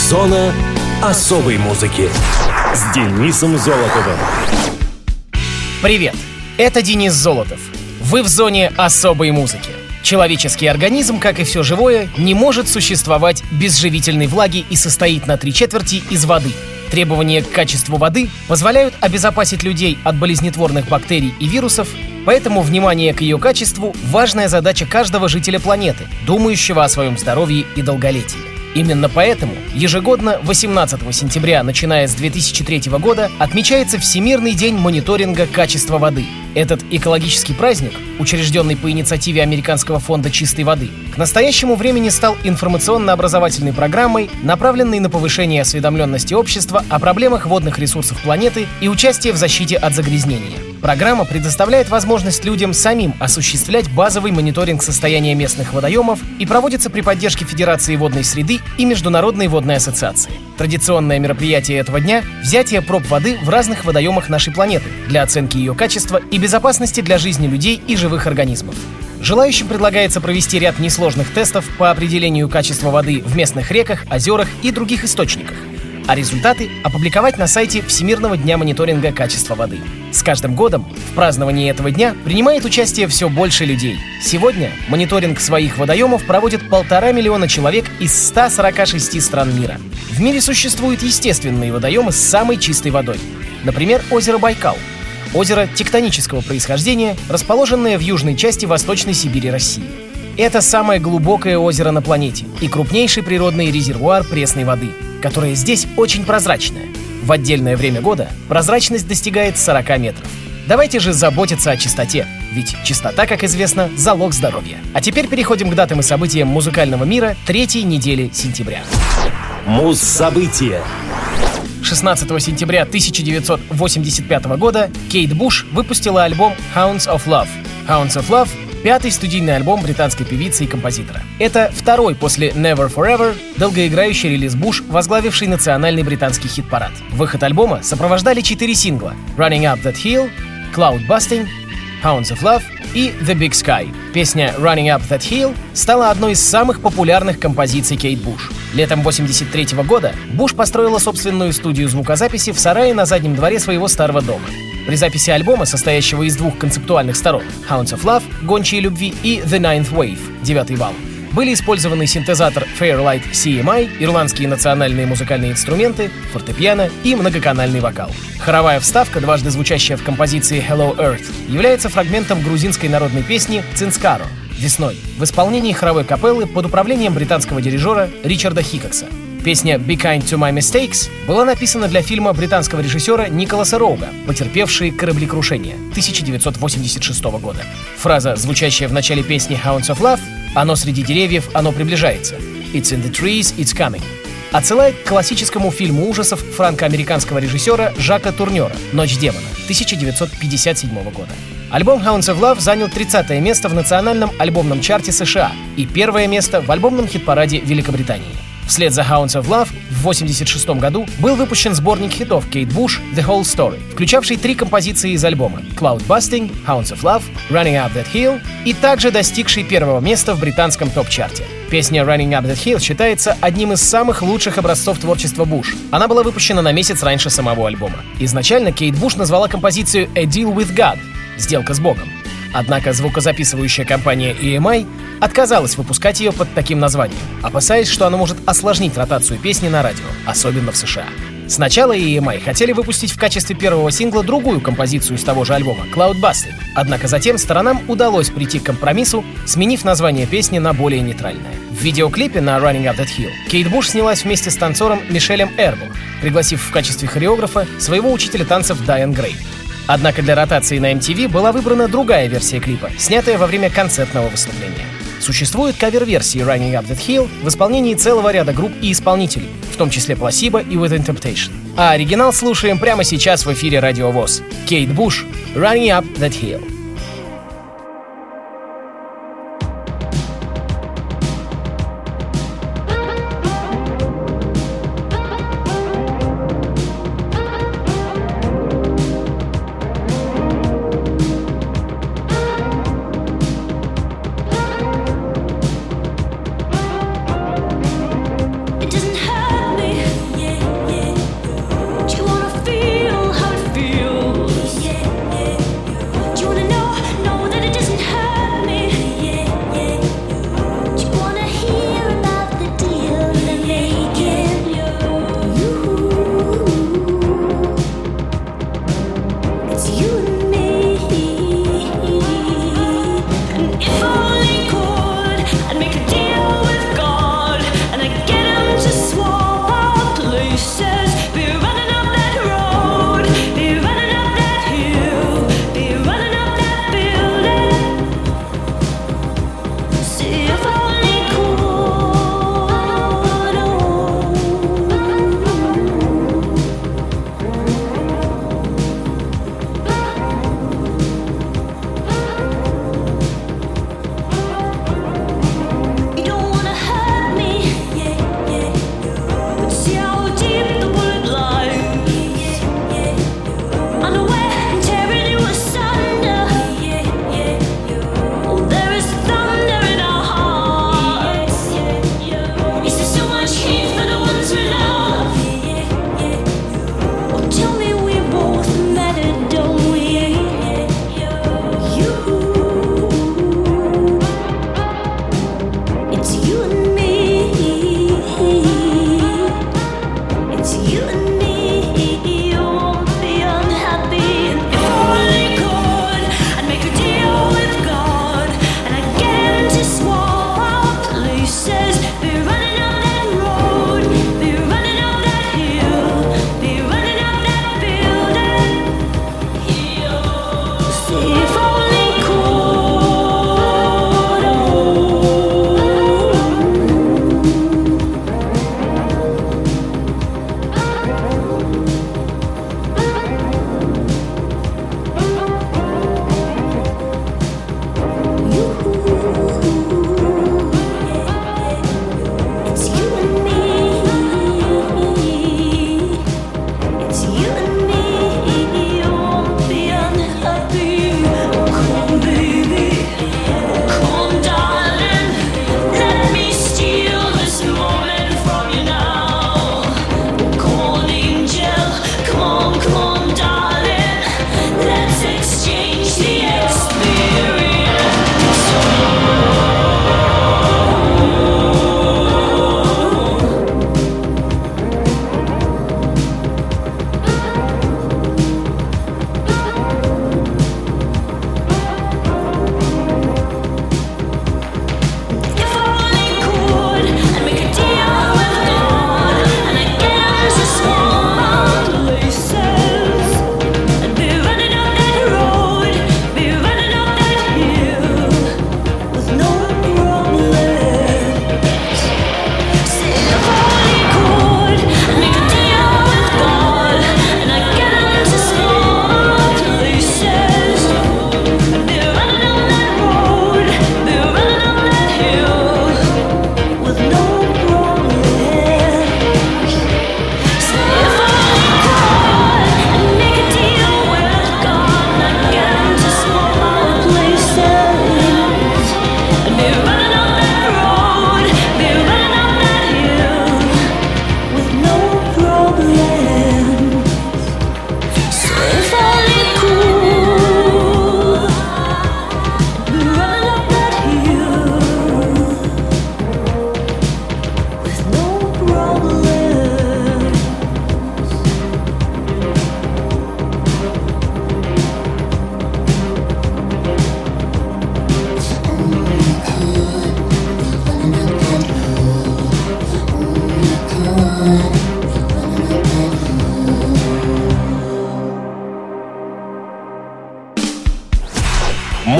Зона особой музыки с Денисом Золотовым. Привет, это Денис Золотов. Вы в зоне особой музыки. Человеческий организм, как и все живое, не может существовать без живительной влаги и состоит на 3/4 из воды. Требования к качеству воды позволяют обезопасить людей от болезнетворных бактерий и вирусов, поэтому внимание к ее качеству – важная задача каждого жителя планеты, думающего о своем здоровье и долголетии. Именно поэтому ежегодно 18 сентября, начиная с 2003 года, отмечается Всемирный день мониторинга качества воды. Этот экологический праздник, учрежденный по инициативе Американского фонда чистой воды, к настоящему времени стал информационно-образовательной программой, направленной на повышение осведомленности общества о проблемах водных ресурсов планеты и участие в защите от загрязнения. Программа предоставляет возможность людям самим осуществлять базовый мониторинг состояния местных водоемов и проводится при поддержке Федерации водной среды и Международной водной ассоциации. Традиционное мероприятие этого дня – взятие проб воды в разных водоемах нашей планеты для оценки ее качества и безопасности для жизни людей и живых организмов. Желающим предлагается провести ряд несложных тестов по определению качества воды в местных реках, озерах и других источниках, а результаты опубликовать на сайте Всемирного дня мониторинга качества воды. С каждым годом в праздновании этого дня принимает участие все больше людей. Сегодня мониторинг своих водоемов проводит 1,5 миллиона человек из 146 стран мира. В мире существуют естественные водоемы с самой чистой водой. Например, озеро Байкал. Озеро тектонического происхождения, расположенное в южной части Восточной Сибири России. Это самое глубокое озеро на планете и крупнейший природный резервуар пресной воды, которая здесь очень прозрачная. В отдельное время года прозрачность достигает 40 метров. Давайте же заботиться о чистоте, ведь чистота, как известно, залог здоровья. А теперь переходим к датам и событиям музыкального мира третьей недели сентября. Муз-события. 16 сентября 1985 года Кейт Буш выпустила альбом Hounds of Love. Hounds of Love — 5-й студийный альбом британской певицы и композитора. Это второй после Never Forever долгоиграющий релиз Буш, возглавивший национальный британский хит-парад. Выход альбома сопровождали 4 сингла: Running Up That Hill, Cloud Busting, Hounds of Love и The Big Sky. Песня Running Up That Hill стала одной из самых популярных композиций Кейт Буш. Летом 1983 года Буш построила собственную студию звукозаписи в сарае на заднем дворе своего старого дома. При записи альбома, состоящего из 2 концептуальных сторон — Hounds of Love, Гончие любви, и The Ninth Wave, 9-й вал, были использованы синтезатор Fairlight CMI, ирландские национальные музыкальные инструменты, фортепиано и многоканальный вокал. Хоровая вставка, дважды звучащая в композиции Hello Earth, является фрагментом грузинской народной песни «Цинскаро» «Весной» в исполнении хоровой капеллы под управлением британского дирижера Ричарда Хикокса. Песня «Be Kind to My Mistakes» была написана для фильма британского режиссера Николаса Роуга «Потерпевшие кораблекрушение» 1986 года. Фраза, звучащая в начале песни «Hounds of Love» «Оно среди деревьев, оно приближается» «It's in the trees, it's coming» отсылает к классическому фильму ужасов франко-американского режиссера Жака Турнера «Ночь демона» 1957 года. Альбом Hounds of Love занял 30-е место в национальном альбомном чарте США и 1-е место в альбомном хит-параде Великобритании. Вслед за Hounds of Love в 1986 году был выпущен сборник хитов Кейт Буш «The Whole Story», включавший 3 композиции из альбома «Cloud Busting», «Hounds of Love», «Running Up That Hill» и также достигший 1-го места в британском топ-чарте. Песня «Running Up That Hill» считается одним из самых лучших образцов творчества Буш. Она была выпущена на месяц раньше самого альбома. Изначально Кейт Буш назвала композицию «A Deal with God» — «Сделка с Богом». Однако звукозаписывающая компания EMI отказалась выпускать ее под таким названием, опасаясь, что она может осложнить ротацию песни на радио, особенно в США. Сначала EMI хотели выпустить в качестве 1-го сингла другую композицию из того же альбома — «Cloud Busting», однако затем сторонам удалось прийти к компромиссу, сменив название песни на более нейтральное. В видеоклипе на «Running Up That Hill» Кейт Буш снялась вместе с танцором Мишелем Эрбо, пригласив в качестве хореографа своего учителя танцев Дайан Грей. Однако для ротации на MTV была выбрана другая версия клипа, снятая во время концертного выступления. Существуют кавер-версии Running Up That Hill в исполнении целого ряда групп и исполнителей, в том числе Placebo и Within Temptation. А оригинал слушаем прямо сейчас в эфире Радио ВОС. Кейт Буш, Running Up That Hill. It doesn't hurt me.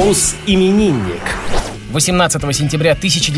Муз-именинник. 18 сентября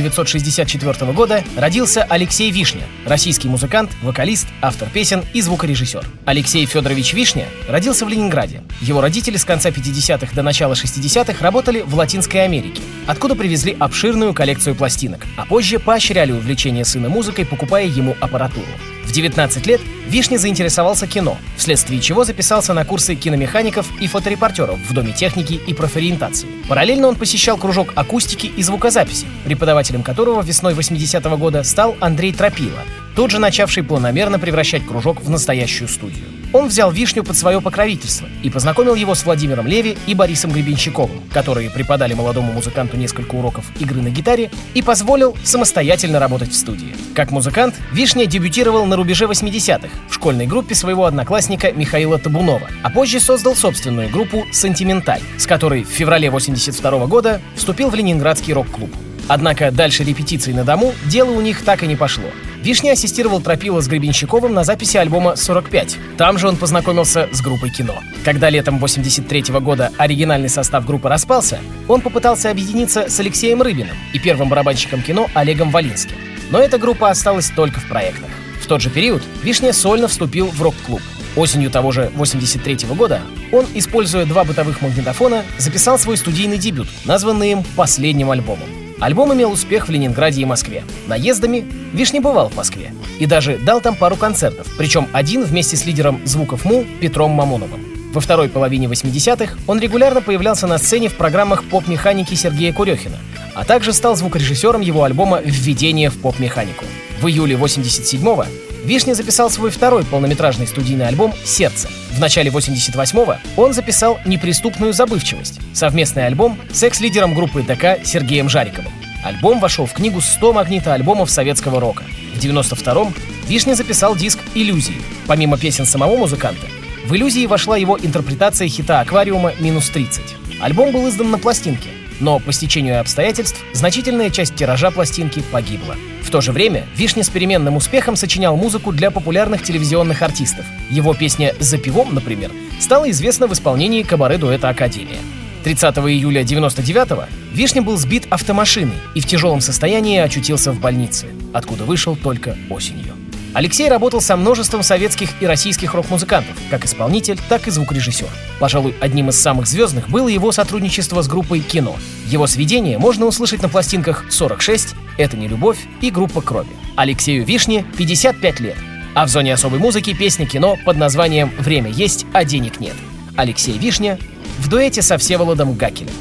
1964 года родился Алексей Вишня, российский музыкант, вокалист, автор песен и звукорежиссер. Алексей Федорович Вишня родился в Ленинграде. Его родители с конца 50-х до начала 60-х работали в Латинской Америке, откуда привезли обширную коллекцию пластинок, а позже поощряли увлечение сына музыкой, покупая ему аппаратуру. В 19 лет Вишня заинтересовался кино, вследствие чего записался на курсы киномехаников и фоторепортеров в Доме техники и профориентации. Параллельно он посещал кружок акустики и звукозаписи, преподавателем которого весной 80-го года стал Андрей Тропила, тот же начавший планомерно превращать кружок в настоящую студию. Он взял Вишню под свое покровительство и познакомил его с Владимиром Леви и Борисом Гребенщиковым, которые преподали молодому музыканту несколько уроков игры на гитаре и позволил самостоятельно работать в студии. Как музыкант, Вишня дебютировал на рубеже 80-х в школьной группе своего одноклассника Михаила Табунова, а позже создал собственную группу «Сентименталь», с которой в феврале 82 года вступил в ленинградский рок-клуб. Однако дальше репетиций на дому дело у них так и не пошло. Вишня ассистировал Тропила с Гребенщиковым на записи альбома «45». Там же он познакомился с группой «Кино». Когда летом 83 года оригинальный состав группы распался, он попытался объединиться с Алексеем Рыбиным и первым барабанщиком «Кино» Олегом Волинским. Но эта группа осталась только в проектах. В тот же период Вишня сольно вступил в рок-клуб. Осенью того же 83 года он, используя 2 бытовых магнитофона, записал свой студийный дебют, названный им «Последним альбомом». Альбом имел успех в Ленинграде и Москве. Наездами Вишня бывал в Москве и даже дал там пару концертов, причем один вместе с лидером звуков МУ Петром Мамоновым. Во второй половине 80-х он регулярно появлялся на сцене в программах поп-механики Сергея Курехина, а также стал звукорежиссером его альбома «Введение в поп-механику». В июле 87-го Вишня записал свой второй полнометражный студийный альбом «Сердце». В начале 88-го он записал «Неприступную забывчивость» — совместный альбом с экс-лидером группы ДК Сергеем Жариковым. Альбом вошел в книгу «100 магнитоальбомов советского рока». В 92-м Вишня записал диск «Иллюзии». Помимо песен самого музыканта, в «Иллюзии» вошла его интерпретация хита «Аквариума» «-30». Альбом был издан на пластинке, но по стечению обстоятельств значительная часть тиража пластинки погибла. В то же время Вишня с переменным успехом сочинял музыку для популярных телевизионных артистов. Его песня «За пивом», например, стала известна в исполнении кабаре-дуэта «Академия». 30 июля 99-го Вишня был сбит автомашиной и в тяжелом состоянии очутился в больнице, откуда вышел только осенью. Алексей работал со множеством советских и российских рок-музыкантов, как исполнитель, так и звукорежиссер. Пожалуй, одним из самых звездных было его сотрудничество с группой «Кино». Его сведения можно услышать на пластинках «46», «Это не любовь» и группа «Крови». Алексею Вишне 55 лет, а в зоне особой музыки песня «Кино» под названием «Время есть, а денег нет». Алексей Вишня в дуэте со Всеволодом Гакелем.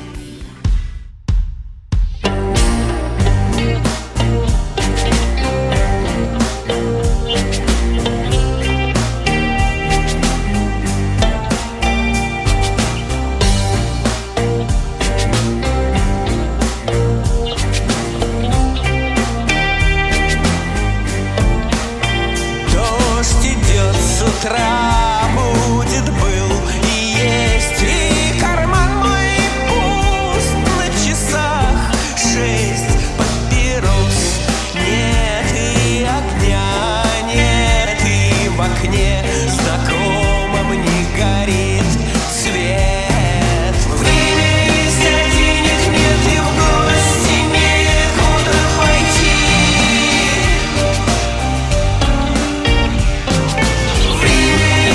Утра будет, был и есть, и карман мой пуст на часах 6 папирос. Нет и огня, нет и в окне знакомом не горит свет. Время есть, а денег нет, и в гости некуда пойти. Время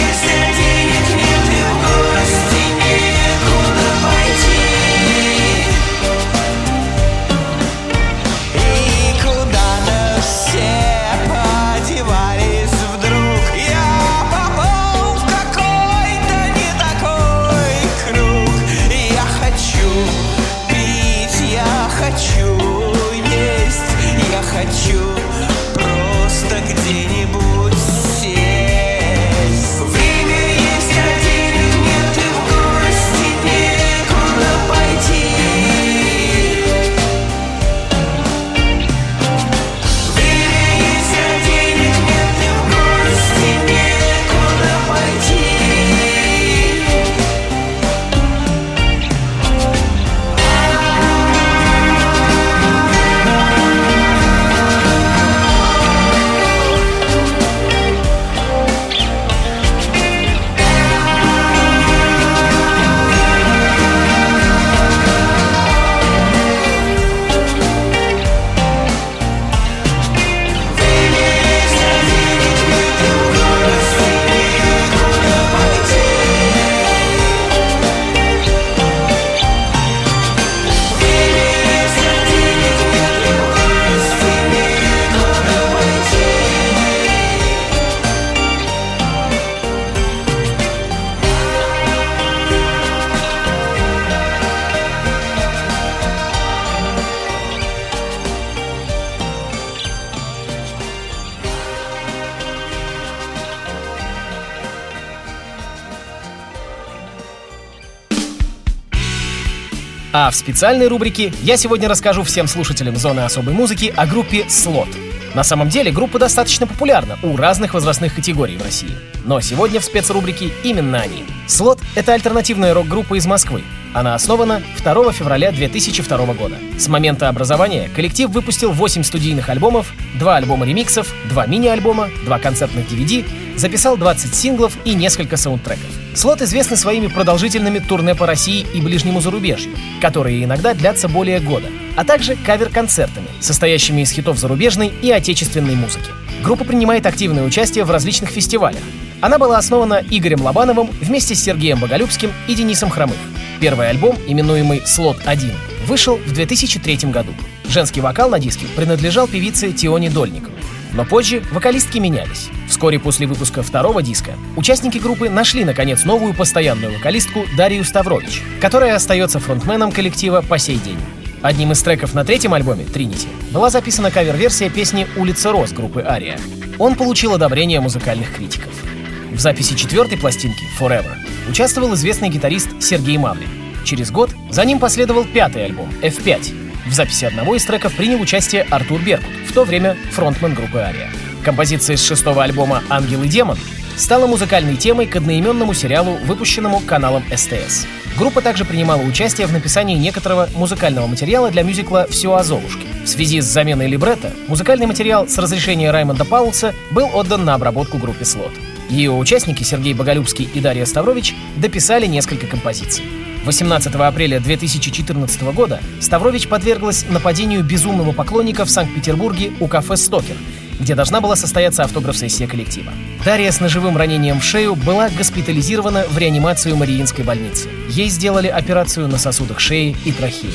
А в специальной рубрике я сегодня расскажу всем слушателям «Зоны особой музыки» о группе Slot. На самом деле группа достаточно популярна у разных возрастных категорий в России. Но сегодня в спецрубрике именно они. Slot — это альтернативная рок-группа из Москвы. Она основана 2 февраля 2002 года. С момента образования коллектив выпустил 8 студийных альбомов, 2 альбома ремиксов, 2 мини-альбома, 2 концертных DVD, записал 20 синглов и несколько саундтреков. Slot известны своими продолжительными турне по России и ближнему зарубежью, которые иногда длятся более года, а также кавер-концертами, состоящими из хитов зарубежной и отечественной музыки. Группа принимает активное участие в различных фестивалях. Она была основана Игорем Лобановым вместе с Сергеем Боголюбским и Денисом Хромых. Первый альбом, именуемый Slot 1, вышел в 2003 году. Женский вокал на диске принадлежал певице Тионе Дольниковой. Но позже вокалистки менялись. Вскоре после выпуска второго диска участники группы нашли, наконец, новую постоянную вокалистку Дарью Ставрович, которая остается фронтменом коллектива по сей день. Одним из треков на третьем альбоме «Тринити» была записана кавер-версия песни «Улица Роз» группы «Ария». Он получил одобрение музыкальных критиков. В записи четвертой пластинки «Forever» участвовал известный гитарист Сергей Мавлин. Через год за ним последовал пятый альбом «F5». В записи одного из треков принял участие Артур Беркут, в то время фронтмен группы «Ария». Композиция с шестого альбома «Ангел и демон» стала музыкальной темой к одноименному сериалу, выпущенному каналом СТС. Группа также принимала участие в написании некоторого музыкального материала для мюзикла «Все о Золушке». В связи с заменой либретто музыкальный материал с разрешения Раймонда Паулса был отдан на обработку группе Slot. Ее участники Сергей Боголюбский и Дарья Ставрович дописали несколько композиций. 18 апреля 2014 года Ставрович подверглась нападению безумного поклонника в Санкт-Петербурге у кафе «Стокер», где должна была состояться автограф-сессия коллектива. Дарья с ножевым ранением в шею была госпитализирована в реанимацию Мариинской больницы. Ей сделали операцию на сосудах шеи и трахеи.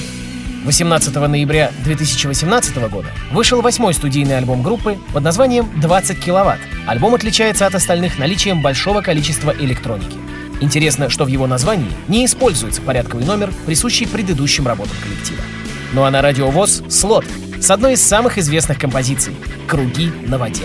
18 ноября 2018 года вышел 8-й студийный альбом группы под названием «20 киловатт». Альбом отличается от остальных наличием большого количества электроники. Интересно, что в его названии не используется порядковый номер, присущий предыдущим работам коллектива. Ну а на радио ВОС Slot с одной из самых известных композиций «Круги на воде».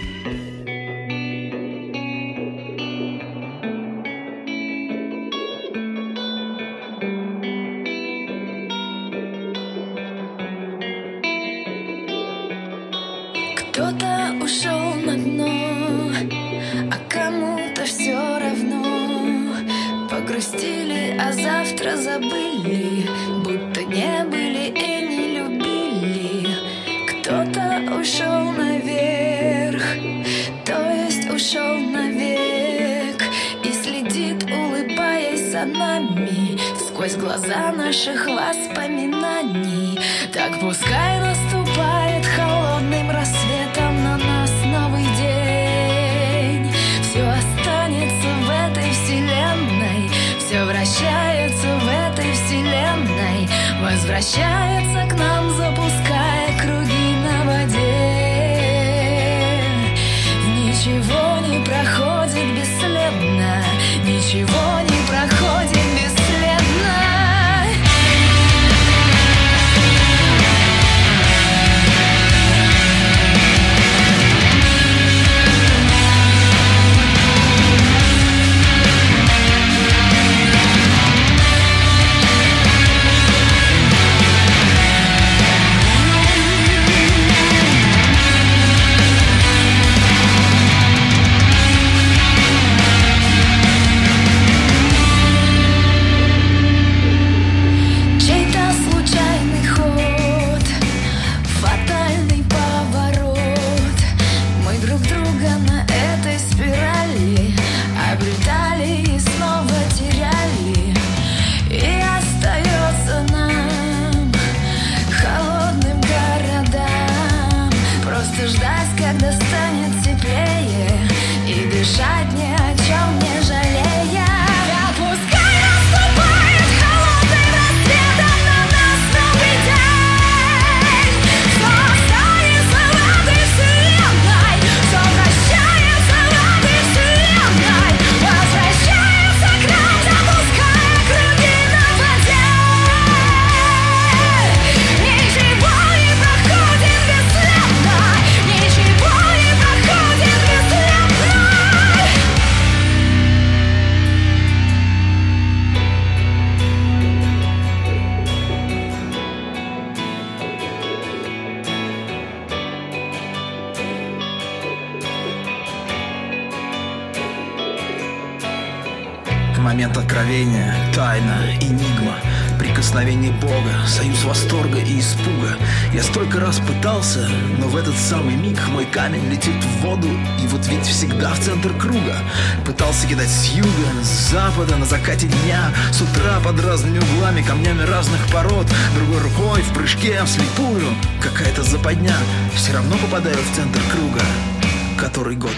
Кто-то ушел на дно, а кому-то все равно. Погрустили, а завтра забыли, будто не были и не любили. Кто-то ушел наверх, то есть ушел навек, и следит, улыбаясь за нами сквозь глаза наших воспоминаний. Так пускай наступает холодным рассветом на нас новый день. Все останется в этой вселенной, все вращается в этой вселенной, возвращается к нам, запуская круги на воде. Ничего не проходит бесследно, ничего не проходит бесследно. Момент откровения, тайна, энигма, прикосновение Бога, союз восторга и испуга. Я столько раз пытался, но в этот самый миг мой камень летит в воду, и вот ведь всегда в центр круга. Пытался кидать с юга, с запада, на закате дня, с утра под разными углами, камнями разных пород, другой рукой в прыжке вслепую. Какая-то западня, все равно попадаю в центр круга. Который год?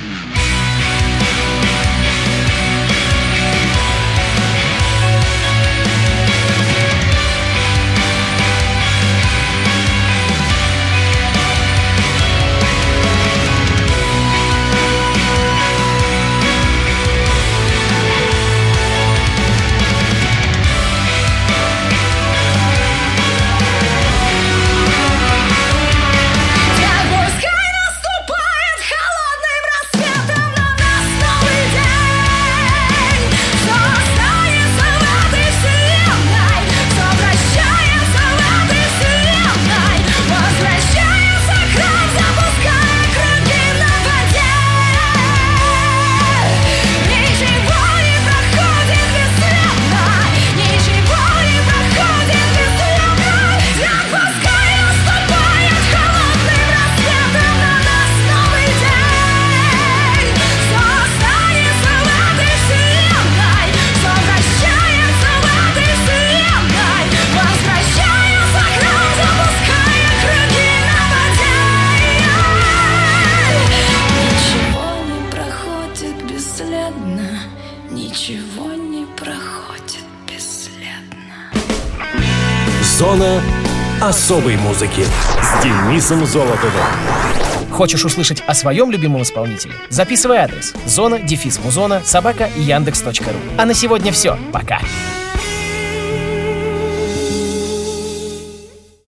Ничего не проходит бесследно. Зона особой музыки с Денисом Золотовым. Хочешь услышать о своем любимом исполнителе? Записывай адрес: zona-muzona@yandex.ru. А на сегодня все. Пока.